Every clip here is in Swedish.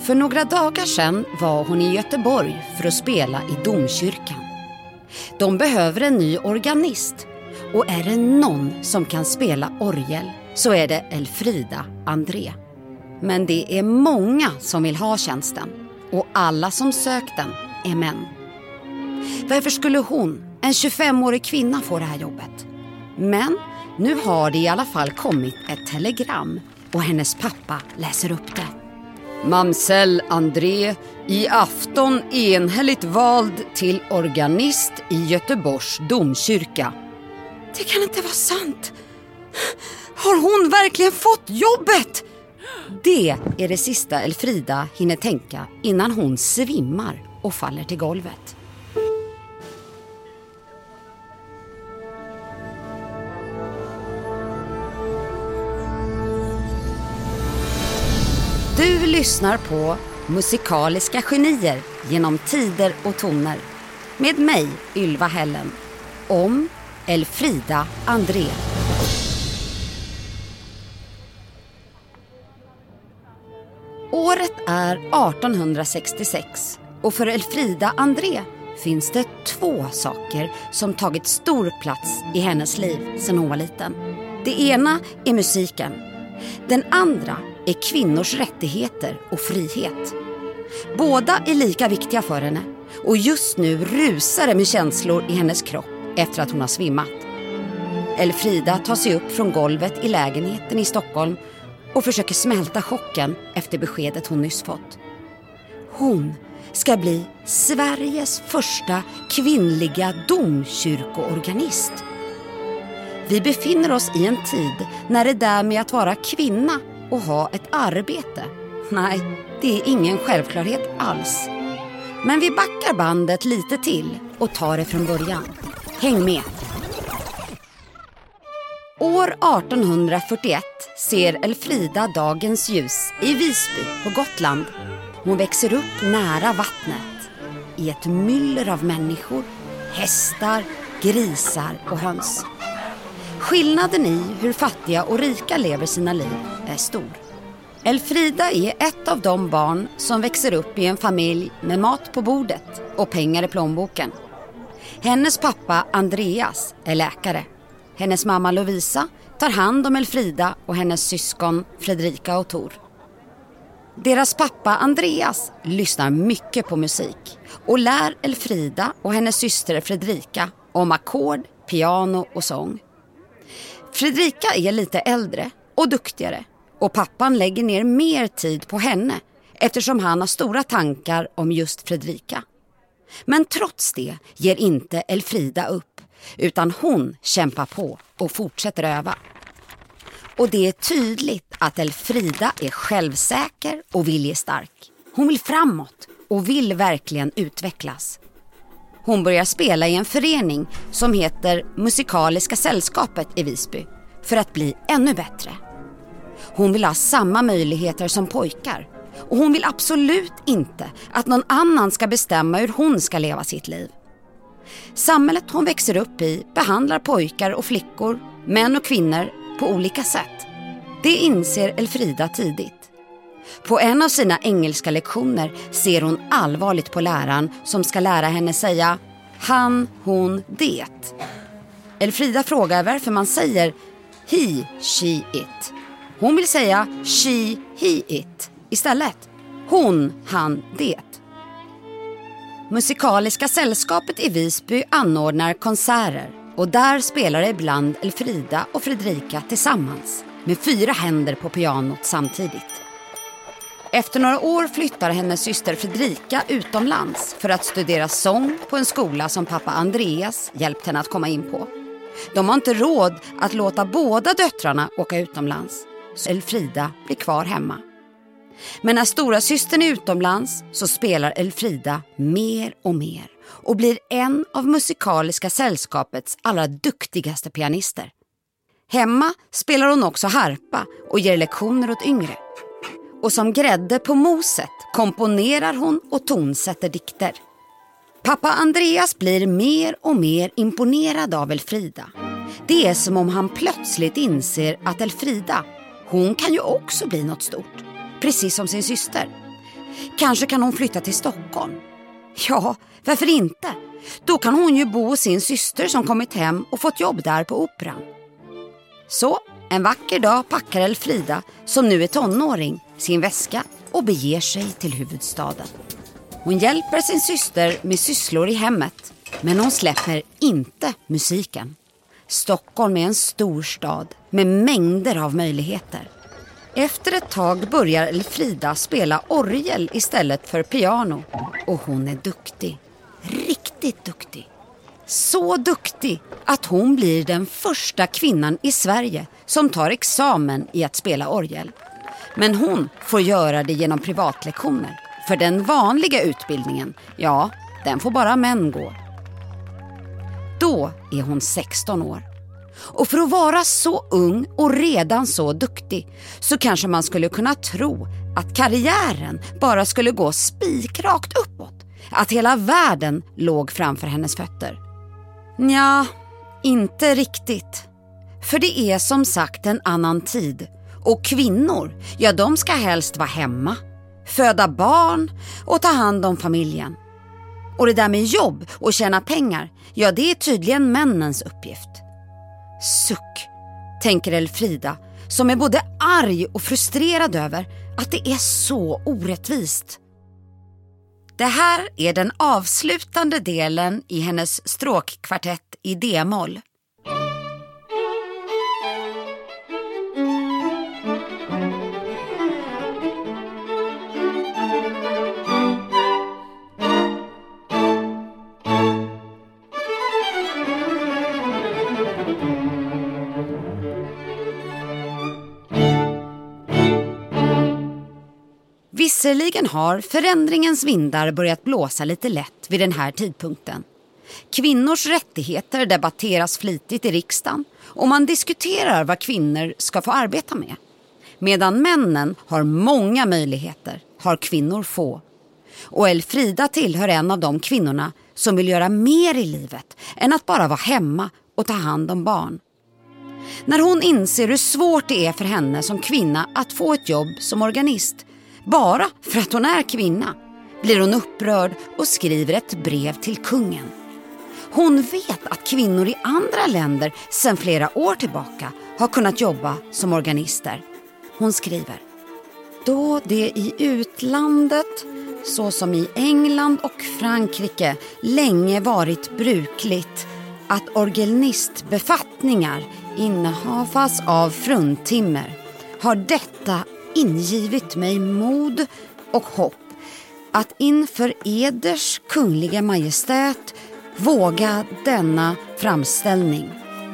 För några dagar sedan var hon i Göteborg för att spela i domkyrkan. De behöver en ny organist, och är det någon som kan spela orgel så är det Elfrida André. Men det är många som vill ha tjänsten, och alla som sökt den är män. Varför skulle hon, en 25-årig kvinna, få det här jobbet? Men nu har det i alla fall kommit ett telegram, och hennes pappa läser upp det. Mamsell André i afton enhälligt vald till organist i Göteborgs domkyrka. Det kan inte vara sant. Har hon verkligen fått jobbet? Det är det sista Elfrida hinner tänka innan hon svimmar och faller till golvet. Du lyssnar på Musikaliska genier genom tider och toner. Med mig, Ylva Hällen. Om Elfrida André. Året är 1866. Och för Elfrida André finns det 2 saker som tagit stor plats i hennes liv sedan hon var liten. Det ena är musiken. Den andra är kvinnors rättigheter och frihet. Båda är lika viktiga för henne, och just nu rusar det med känslor i hennes kropp efter att hon har svimmat. Elfrida tar sig upp från golvet i lägenheten i Stockholm och försöker smälta chocken efter beskedet hon nyss fått. Hon ska bli Sveriges första kvinnliga domkyrkoorganist. Vi befinner oss i en tid när det där med att vara kvinna och ha ett arbete, nej, det är ingen självklarhet alls. Men vi backar bandet lite till och tar det från början. Häng med! År 1841 ser Elfrida dagens ljus i Visby på Gotland. Hon växer upp nära vattnet, i ett myller av människor, hästar, grisar och höns. Skillnaden i hur fattiga och rika lever sina liv är stor. Elfrida är ett av de barn som växer upp i en familj med mat på bordet och pengar i plånboken. Hennes pappa Andreas är läkare. Hennes mamma Lovisa tar hand om Elfrida och hennes syskon Fredrika och Tor. Deras pappa Andreas lyssnar mycket på musik och lär Elfrida och hennes syster Fredrika om ackord, piano och sång. Fredrika är lite äldre och duktigare, och pappan lägger ner mer tid på henne eftersom han har stora tankar om just Fredrika. Men trots det ger inte Elfrida upp, utan hon kämpar på och fortsätter öva. Och det är tydligt att Elfrida är självsäker och viljestark. Hon vill framåt och vill verkligen utvecklas. Hon börjar spela i en förening som heter Musikaliska sällskapet i Visby för att bli ännu bättre. Hon vill ha samma möjligheter som pojkar, och hon vill absolut inte att någon annan ska bestämma hur hon ska leva sitt liv. Samhället hon växer upp i behandlar pojkar och flickor, män och kvinnor på olika sätt. Det inser Elfrida tidigt. På en av sina engelska lektioner ser hon allvarligt på läraren som ska lära henne säga han, hon, det. Elfrida frågar varför man säger he, she, it. Hon vill säga she, he, it istället. Hon, han, det. Musikaliska sällskapet i Visby anordnar konserter, och där spelar ibland Elfrida och Fredrika tillsammans med 4 händer på pianot samtidigt. Efter några år flyttar hennes syster Fredrika utomlands för att studera sång på en skola som pappa Andreas hjälpt henne att komma in på. De har inte råd att låta båda döttrarna åka utomlands, så Elfrida blir kvar hemma. Men när stora systern är utomlands så spelar Elfrida mer och mer och blir en av Musikaliska sällskapets allra duktigaste pianister. Hemma spelar hon också harpa och ger lektioner åt yngre. Och som grädde på moset komponerar hon och tonsätter dikter. Pappa Andreas blir mer och mer imponerad av Elfrida. Det är som om han plötsligt inser att Elfrida, hon kan ju också bli något stort. Precis som sin syster. Kanske kan hon flytta till Stockholm. Ja, varför inte? Då kan hon ju bo hos sin syster som kommit hem och fått jobb där på operan. Så en vacker dag packar Elfrida, som nu är tonåring, sin väska och beger sig till huvudstaden. Hon hjälper sin syster med sysslor i hemmet, men hon släpper inte musiken. Stockholm är en stor stad med mängder av möjligheter. Efter ett tag börjar Elfrida spela orgel istället för piano. Och hon är duktig. Riktigt duktig. Så duktig att hon blir den första kvinnan i Sverige som tar examen i att spela orgel. Men hon får göra det genom privatlektioner. För den vanliga utbildningen, ja, den får bara män gå. Då är hon 16 år. Och för att vara så ung och redan så duktig så kanske man skulle kunna tro att karriären bara skulle gå spikrakt uppåt. Att hela världen låg framför hennes fötter. Nja, inte riktigt. För det är som sagt en annan tid. Och kvinnor, ja, de ska helst vara hemma, föda barn och ta hand om familjen. Och det där med jobb och tjäna pengar, ja, det är tydligen männens uppgift. Suck, tänker Elfrida, som är både arg och frustrerad över att det är så orättvist. Det här är den avslutande delen i hennes stråkkvartett i D-moll. Visserligen har förändringens vindar börjat blåsa lite lätt vid den här tidpunkten. Kvinnors rättigheter debatteras flitigt i riksdagen och man diskuterar vad kvinnor ska få arbeta med. Medan männen har många möjligheter har kvinnor få. Och Elfrida tillhör en av de kvinnorna som vill göra mer i livet än att bara vara hemma och ta hand om barn. När hon inser hur svårt det är för henne som kvinna att få ett jobb som organist, bara för att hon är kvinna, blir hon upprörd och skriver ett brev till kungen. Hon vet att kvinnor i andra länder sedan flera år tillbaka har kunnat jobba som organister. Hon skriver: då det i utlandet, såsom i England och Frankrike, länge varit brukligt att orgelnistbefattningar innehavas av fruntimmer, har detta ingivit mig mod och hopp att inför eders kungliga majestät våga denna framställning.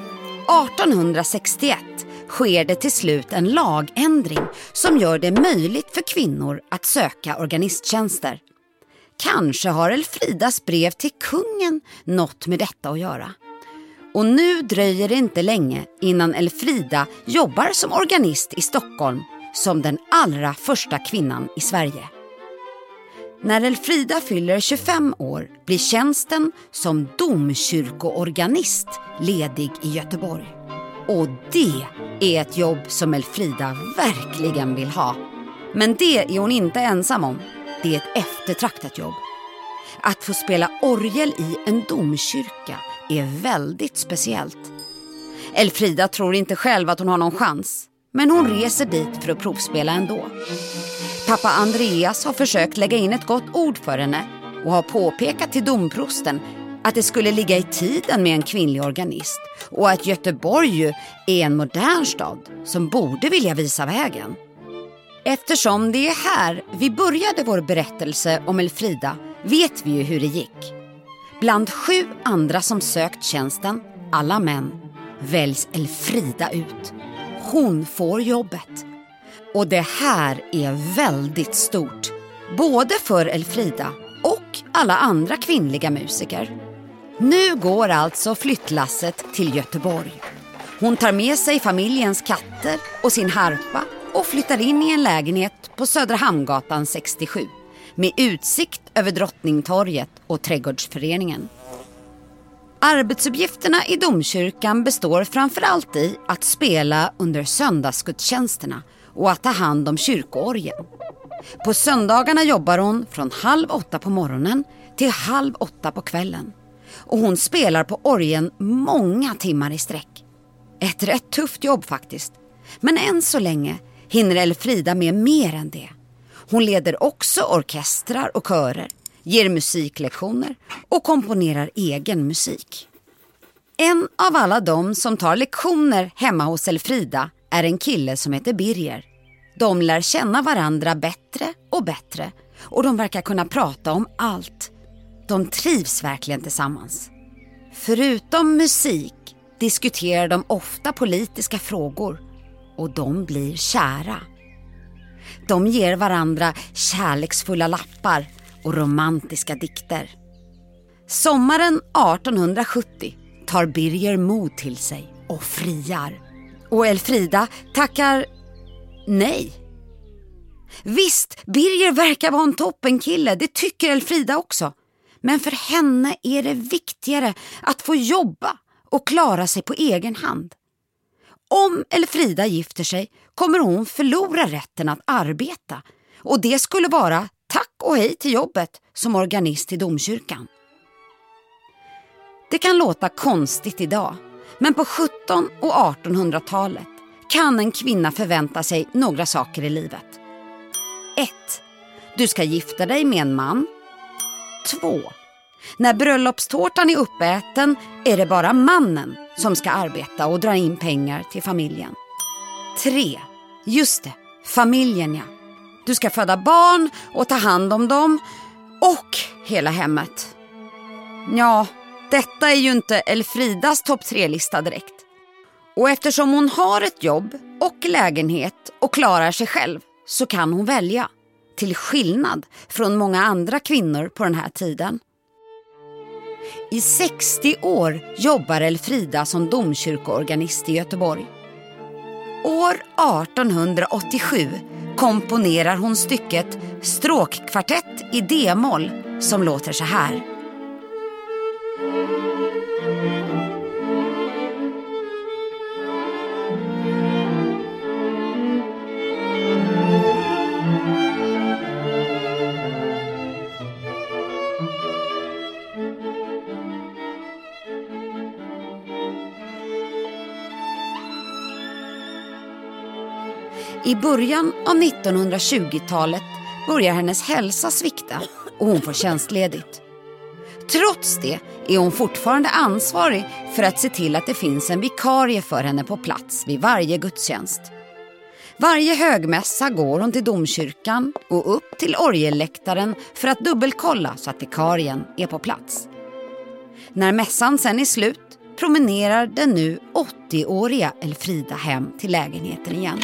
1861 sker det till slut en lagändring som gör det möjligt för kvinnor att söka organisttjänster. Kanske har Elfridas brev till kungen något med detta att göra. Och nu dröjer det inte länge innan Elfrida jobbar som organist i Stockholm som den allra första kvinnan i Sverige. När Elfrida fyller 25 år blir tjänsten som domkyrkoorganist ledig i Göteborg. Och det är ett jobb som Elfrida verkligen vill ha. Men det är hon inte ensam om. Det är ett eftertraktat jobb. Att få spela orgel i en domkyrka är väldigt speciellt. Elfrida tror inte själv att hon har någon chans, men hon reser dit för att provspela ändå. Pappa Andreas har försökt lägga in ett gott ord för henne och har påpekat till domprosten att det skulle ligga i tiden med en kvinnlig organist och att Göteborg ju är en modern stad som borde vilja visa vägen. Eftersom det är här vi började vår berättelse om Elfrida vet vi ju hur det gick. Bland 7 andra som sökt tjänsten, alla män, väljs Elfrida ut. Hon får jobbet. Och det här är väldigt stort, både för Elfrida och alla andra kvinnliga musiker. Nu går alltså flyttlasset till Göteborg. Hon tar med sig familjens katter och sin harpa och flyttar in i en lägenhet på Södra Hamngatan 67 med utsikt över Drottningtorget och Trädgårdsföreningen. Arbetsuppgifterna i domkyrkan består framförallt i att spela under söndagsgudstjänsterna och att ta hand om kyrkoorgeln. På söndagarna jobbar hon från 7:30 på morgonen till 7:30 på kvällen. Och hon spelar på orgeln många timmar i sträck. Ett rätt tufft jobb faktiskt. Men än så länge hinner Elfrida med mer än det. Hon leder också orkestrar och körer, ger musiklektioner och komponerar egen musik. En av alla de som tar lektioner hemma hos Elfrida är en kille som heter Birger. De lär känna varandra bättre och bättre och de verkar kunna prata om allt. De trivs verkligen tillsammans. Förutom musik diskuterar de ofta politiska frågor och de blir kära. De ger varandra kärleksfulla lappar och romantiska dikter. Sommaren 1870 tar Birger mod till sig och friar. Och Elfrida tackar nej. Visst, Birger verkar vara en toppenkille, det tycker Elfrida också. Men för henne är det viktigare att få jobba och klara sig på egen hand. Om Elfrida gifter sig kommer hon förlora rätten att arbeta. Och det skulle vara tack och hej till jobbet som organist i domkyrkan. Det kan låta konstigt idag, men på 1700- och 1800-talet kan en kvinna förvänta sig några saker i livet. 1. Du ska gifta dig med en man. 2. När bröllopstårtan är uppäten är det bara mannen som ska arbeta och dra in pengar till familjen. 3. Just det, familjen ja. Du ska föda barn och ta hand om dem och hela hemmet. Ja, detta är ju inte Elfridas topp 3-lista direkt. Och eftersom hon har ett jobb och lägenhet och klarar sig själv så kan hon välja. Till skillnad från många andra kvinnor på den här tiden. I 60 år jobbar Elfrida som domkyrkoorganist i Göteborg. År 1887 komponerar hon stycket Stråkkvartett i D-moll som låter så här. I början av 1920-talet börjar hennes hälsa svikta och hon får tjänstledigt. Trots det är hon fortfarande ansvarig för att se till att det finns en vikarie för henne på plats vid varje gudstjänst. Varje högmässa går hon till domkyrkan och upp till orgelläktaren för att dubbelkolla så att vikarien är på plats. När mässan sen är slut promenerar den nu 80-åriga Elfrida hem till lägenheten igen.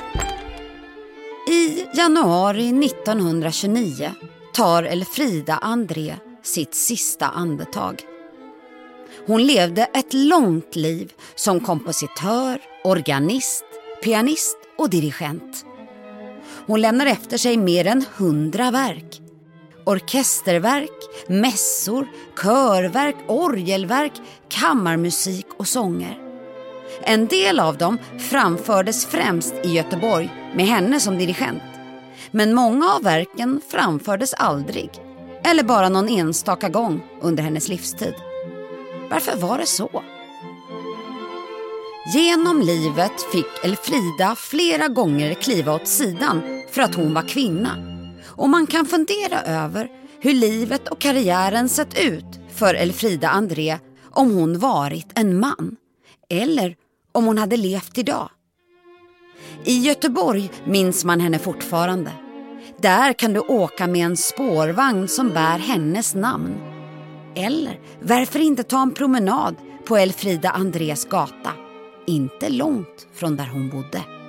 I januari 1929 tar Elfrida André sitt sista andetag. Hon levde ett långt liv som kompositör, organist, pianist och dirigent. Hon lämnar efter sig mer än 100 verk. Orkesterverk, mässor, körverk, orgelverk, kammarmusik och sånger. En del av dem framfördes främst i Göteborg med henne som dirigent. Men många av verken framfördes aldrig, eller bara någon enstaka gång under hennes livstid. Varför var det så? Genom livet fick Elfrida flera gånger kliva åt sidan för att hon var kvinna. Och man kan fundera över hur livet och karriären sett ut för Elfrida André om hon varit en man. Eller om hon hade levt idag. I Göteborg minns man henne fortfarande. Där kan du åka med en spårvagn som bär hennes namn. Eller varför inte ta en promenad på Elfrida Andrés gata? Inte långt från där hon bodde.